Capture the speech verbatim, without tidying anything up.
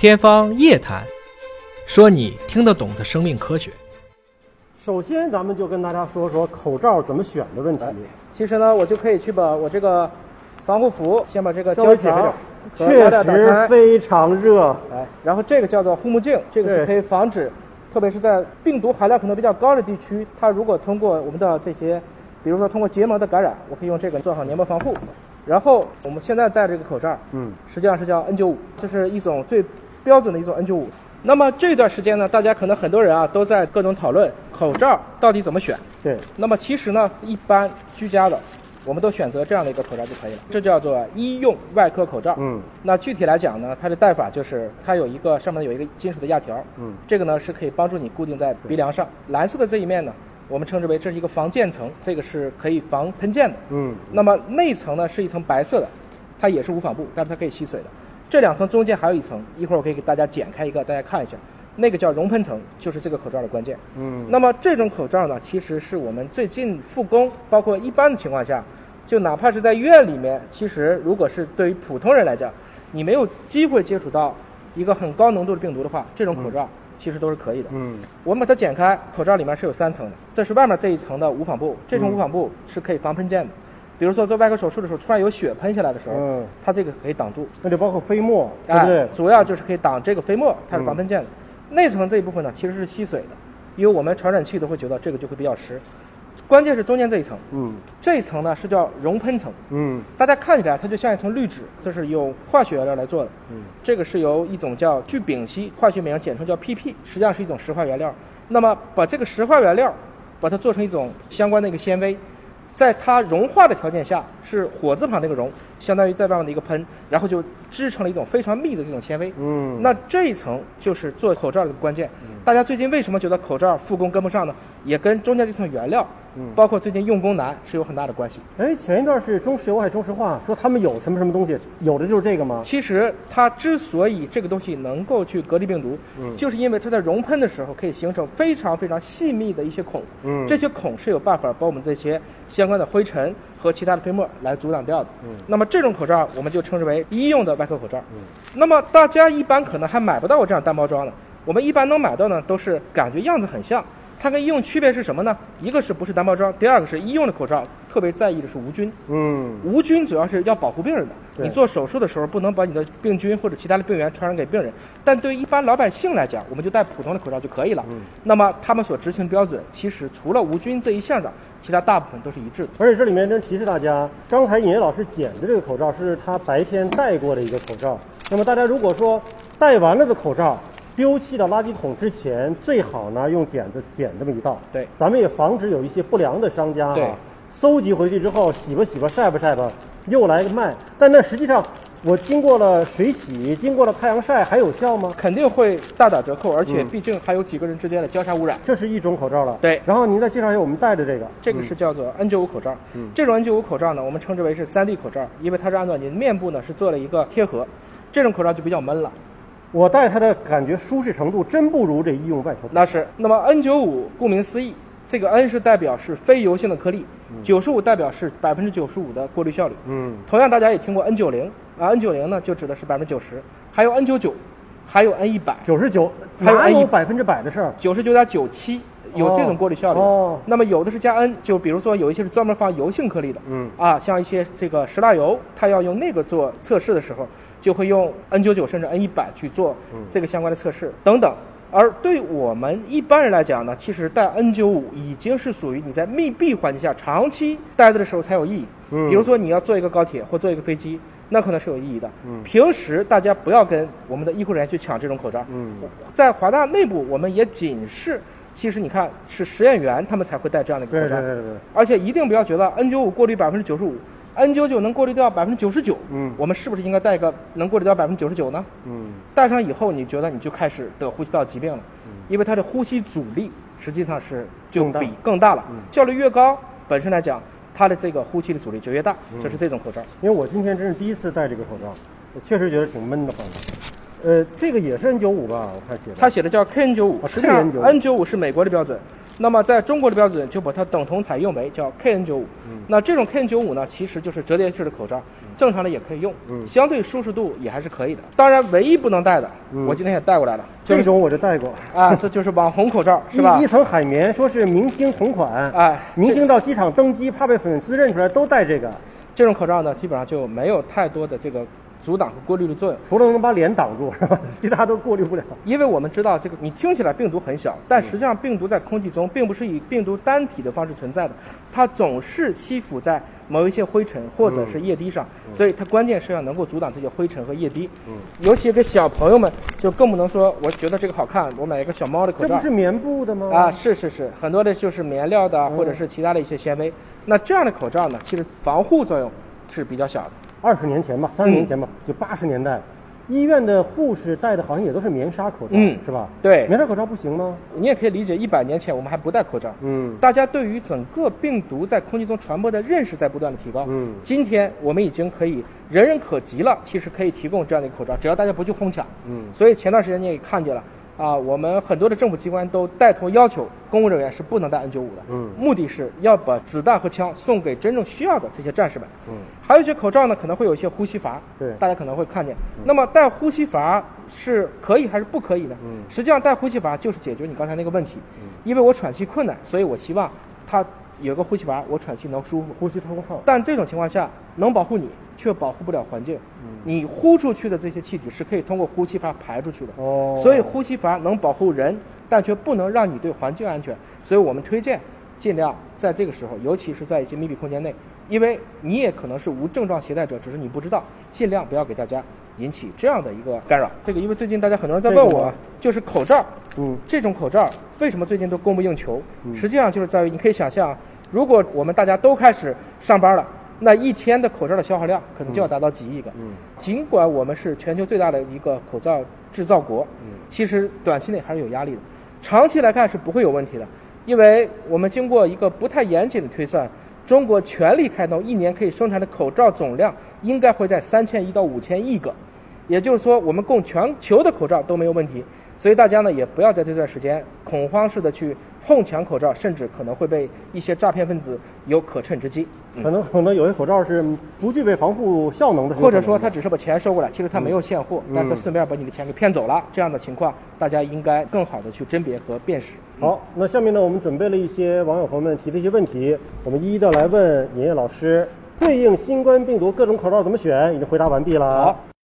天方夜谭，说你听得懂的生命科学。 首先，咱们就跟大家说说口罩怎么选的问题。 其实呢，我就可以去把我这个防护服，先把这个胶条确实非常热。 哎，然后这个叫做护目镜，这个是可以防止，特别是在病毒含量可能比较高的地区，它如果通过我们的这些，比如说通过结膜的感染，我可以用这个做好黏膜防护。然后我们现在戴这个口罩，嗯，实际上是叫 N 九十五，这是一种最标准的一种 N 九十五。那么这段时间呢，大家可能很多人啊都在各种讨论口罩到底怎么选。 对。 那么其实呢，一般居家的，我们都选择这样的一个口罩就可以了。这叫做医用外科口罩。嗯。那具体来讲呢，它的戴法就是它有一个上面有一个金属的压条。嗯。这个呢是可以帮助你固定在鼻梁上。蓝色的这一面呢，我们称之为这是一个防溅层，这个是可以防喷溅的。嗯。那么内层呢是一层白色的，它也是无纺布，但是它可以吸水的。这两层中间还有一层，一会儿我可以给大家剪开一个，大家看一下，那个叫熔喷层，就是这个口罩的关键。嗯，那么这种口罩呢，其实是我们最近复工，包括一般的情况下，就哪怕是在医院里面，其实如果是对于普通人来讲，你没有机会接触到一个很高浓度的病毒的话，这种口罩其实都是可以的。嗯，我们把它剪开，口罩里面是有三层的，这是外面这一层的无纺布，这层无纺布是可以防喷溅的。比如说做外科手术的时候，突然有血喷下来的时候，嗯，它这个可以挡住。 那就包括飞沫，对不对？ 哎，主要就是可以挡这个飞沫，它是防喷溅的。嗯、内层这一部分呢，其实是吸水的，因为我们传染器都会觉得这个就会比较湿。关键是中间这一层，嗯，这一层呢是叫熔喷层，嗯，大家看起来它就像一层滤纸，这是用化学原料来做的，嗯，这个是由一种叫聚丙烯，化学名简称叫 P P， 实际上是一种石化原料。那么把这个石化原料，把它做成一种相关的一个纤维。在它融化的条件下，是火字旁那个熔，相当于在外面的一个喷，然后就织成了一种非常密的这种纤维。嗯，那这一层就是做口罩的关键。嗯、大家最近为什么觉得口罩复工跟不上呢？也跟中间这层原料，嗯，包括最近用工难是有很大的关系。 哎，前一段是中石油还是中石化说他们有什么什么东西，有的就是这个吗？ 其实它之所以这个东西能够去隔离病毒，嗯，就是因为它在熔喷的时候可以形成非常非常细密的一些孔，嗯，这些孔是有办法把我们这些相关的灰尘和其他的飞沫来阻挡掉的。嗯，那么这种口罩我们就称之为医用的外科口罩。嗯，那么大家一般可能还买不到我这样单包装的，我们一般能买到呢，都是感觉样子很像。它跟医用区别是什么呢？一个是不是单包装，第二个是医用的口罩特别在意的是无菌。嗯，无菌主要是要保护病人的，你做手术的时候不能把你的病菌或者其他的病原传染给病人。但对于一般老百姓来讲，我们就戴普通的口罩就可以了。嗯，那么他们所执行标准，其实除了无菌这一项上，其他大部分都是一致的。 而且这里面真提示大家，刚才尹烨老师剪的这个口罩是他白天戴过的一个口罩。那么大家如果说戴完了的口罩丢弃到垃圾桶之前，最好呢用剪子剪这么一道。 对， 咱们也防止有一些不良的商家啊，搜集回去之后洗吧洗吧晒吧晒吧，又来卖。但那实际上，我经过了水洗，经过了太阳晒，还有效吗？ 肯定会大打折扣，而且毕竟还有几个人之间的交叉污染。 嗯、这是一种口罩了。 对。 然后您再介绍一下我们戴的这个， 这个是叫做 N 九十五口罩。嗯。这种 N 九十五口罩呢，我们称之为是 三 D 口罩，因为它是按照你的面部呢是做了一个贴合。这种口罩就比较闷了。 我戴它的感觉舒适程度真不如这医用外科。 那是。那么 N 九十五顾名思义，这个 N 是代表是非油性的颗粒，九十五代表是百分之九十五的过滤效率。嗯。同样大家也听过 N 九十啊 ，N 九十呢就指的是百分之九十，还有 N 九十九，还有 N 一百。 九十九，哪有百分之百的事儿？ 九十九点九七。有这种过滤效率。哦。那么有的是加 N， 就比如说有一些是专门放油性颗粒的。嗯。啊，像一些这个石蜡油，它要用那个做测试的时候，就会用 N 九十九 甚至 N 一百去做这个相关的测试、嗯、等等。而对我们一般人来讲呢，其实戴 N 九十五 已经是属于你在密闭环境下长期待着的时候才有意义。嗯。比如说你要坐一个高铁或坐一个飞机，那可能是有意义的。嗯。平时大家不要跟我们的医护人员去抢这种口罩。嗯。在华大内部，我们也仅是。其实你看，是实验员他们才会戴这样的口罩， 对对对对。 而且一定不要觉得 N 九十五 过滤百分之九十五 ，N 九十九 能过滤掉百分之九十九。嗯，我们是不是应该戴个能过滤掉百分之九十九呢？嗯，戴上以后，你觉得你就开始得呼吸道疾病了，嗯、因为它的呼吸阻力实际上是就比更大了，嗯、效率越高，本身来讲，它的这个呼气的阻力就越大。这是这种口罩。 因为我今天真是第一次戴这个口罩，我确实觉得挺闷得慌的。呃，这个也是 N 九十五吧？我看写的， 他写的叫 K N 九十五，实际上 N 九十五是美国的标准， 那么在中国的标准就把它等同采用为叫 K N 九五。 嗯， 那这种 K N 九五呢，其实就是折叠式的口罩，正常的也可以用， 嗯， 相对舒适度也还是可以的。当然，唯一不能戴的， 嗯， 我今天也带过来了，就是、 这种我就戴过啊，这就是网红口罩，是吧？ 一一层海绵，说是明星同款， 哎， 明星到机场登机，怕被粉丝认出来，都戴这个。 这种口罩呢，基本上就没有太多的这个阻挡和过滤的作用， 除了能把脸挡住，是吧？其他都过滤不了。 因为我们知道，这个你听起来病毒很小，但实际上病毒在空气中并不是以病毒单体的方式存在的，它总是吸附在某一些灰尘或者是液滴上，嗯、所以它关键是要能够阻挡这些灰尘和液滴。嗯，尤其给小朋友们就更不能说，我觉得这个好看，我买一个小猫的口罩。 这不是棉布的吗？ 啊，是是是，很多的就是棉料的，或者是其他的一些纤维。嗯、那这样的口罩呢，其实防护作用是比较小的。 二十年前吧，三十年前吧，嗯、就八十年代，医院的护士戴的好像也都是棉纱口罩，嗯，是吧？ 对， 棉纱口罩不行吗？ 你也可以理解，一百年前我们还不戴口罩， 嗯， 大家对于整个病毒在空气中传播的认识在不断的提高， 嗯， 今天我们已经可以人人可及了，其实可以提供这样的一个口罩，只要大家不去哄抢， 嗯， 所以前段时间你也看见了。啊，我们很多的政府机关都带头要求公务人员是不能戴 N 九五的， 嗯， 目的是要把子弹和枪送给真正需要的这些战士们， 嗯， 还有一些口罩呢，可能会有一些呼吸阀， 对， 大家可能会看见。嗯、那么戴呼吸阀是可以还是不可以呢？ 嗯， 实际上戴呼吸阀就是解决你刚才那个问题，嗯，因为我喘气困难，所以我希望它有个呼吸阀，我喘气能舒服， 呼吸通畅。 但这种情况下能保护你，却保护不了环境。嗯，你呼出去的这些气体是可以通过呼吸阀排出去的。 哦， 所以呼吸阀能保护人，但却不能让你对环境安全。所以我们推荐尽量在这个时候，尤其是在一些密闭空间内，因为你也可能是无症状携带者，只是你不知道，尽量不要给大家引起这样的一个干扰。这个因为最近大家很多人在问我，就是口罩， 嗯， 这种口罩为什么最近都供不应求？嗯、实际上就是在于你可以想象。如果我们大家都开始上班了，那一天的口罩的消耗量可能就要达到几亿个。嗯，尽管我们是全球最大的一个口罩制造国，嗯，其实短期内还是有压力的，长期来看是不会有问题的，因为我们经过一个不太严谨的推算，中国全力开动，一年可以生产的口罩总量应该会在三千亿到五千亿个，也就是说，我们供全球的口罩都没有问题。所以大家呢也不要在这段时间恐慌式的去哄抢口罩，甚至可能会被一些诈骗分子有可乘之机。 嗯、可能可能有些口罩是不具备防护效能的， 或者说他只是把钱收过来，其实他没有现货， 嗯、 但他顺便把你的钱给骗走了。这样的情况，大家应该更好的去甄别和辨识。 嗯、好，那下面呢，我们准备了一些网友朋友们提的一些问题，我们一一的来问尹烨老师。对应新冠病毒各种口罩怎么选，已经回答完毕了。 好。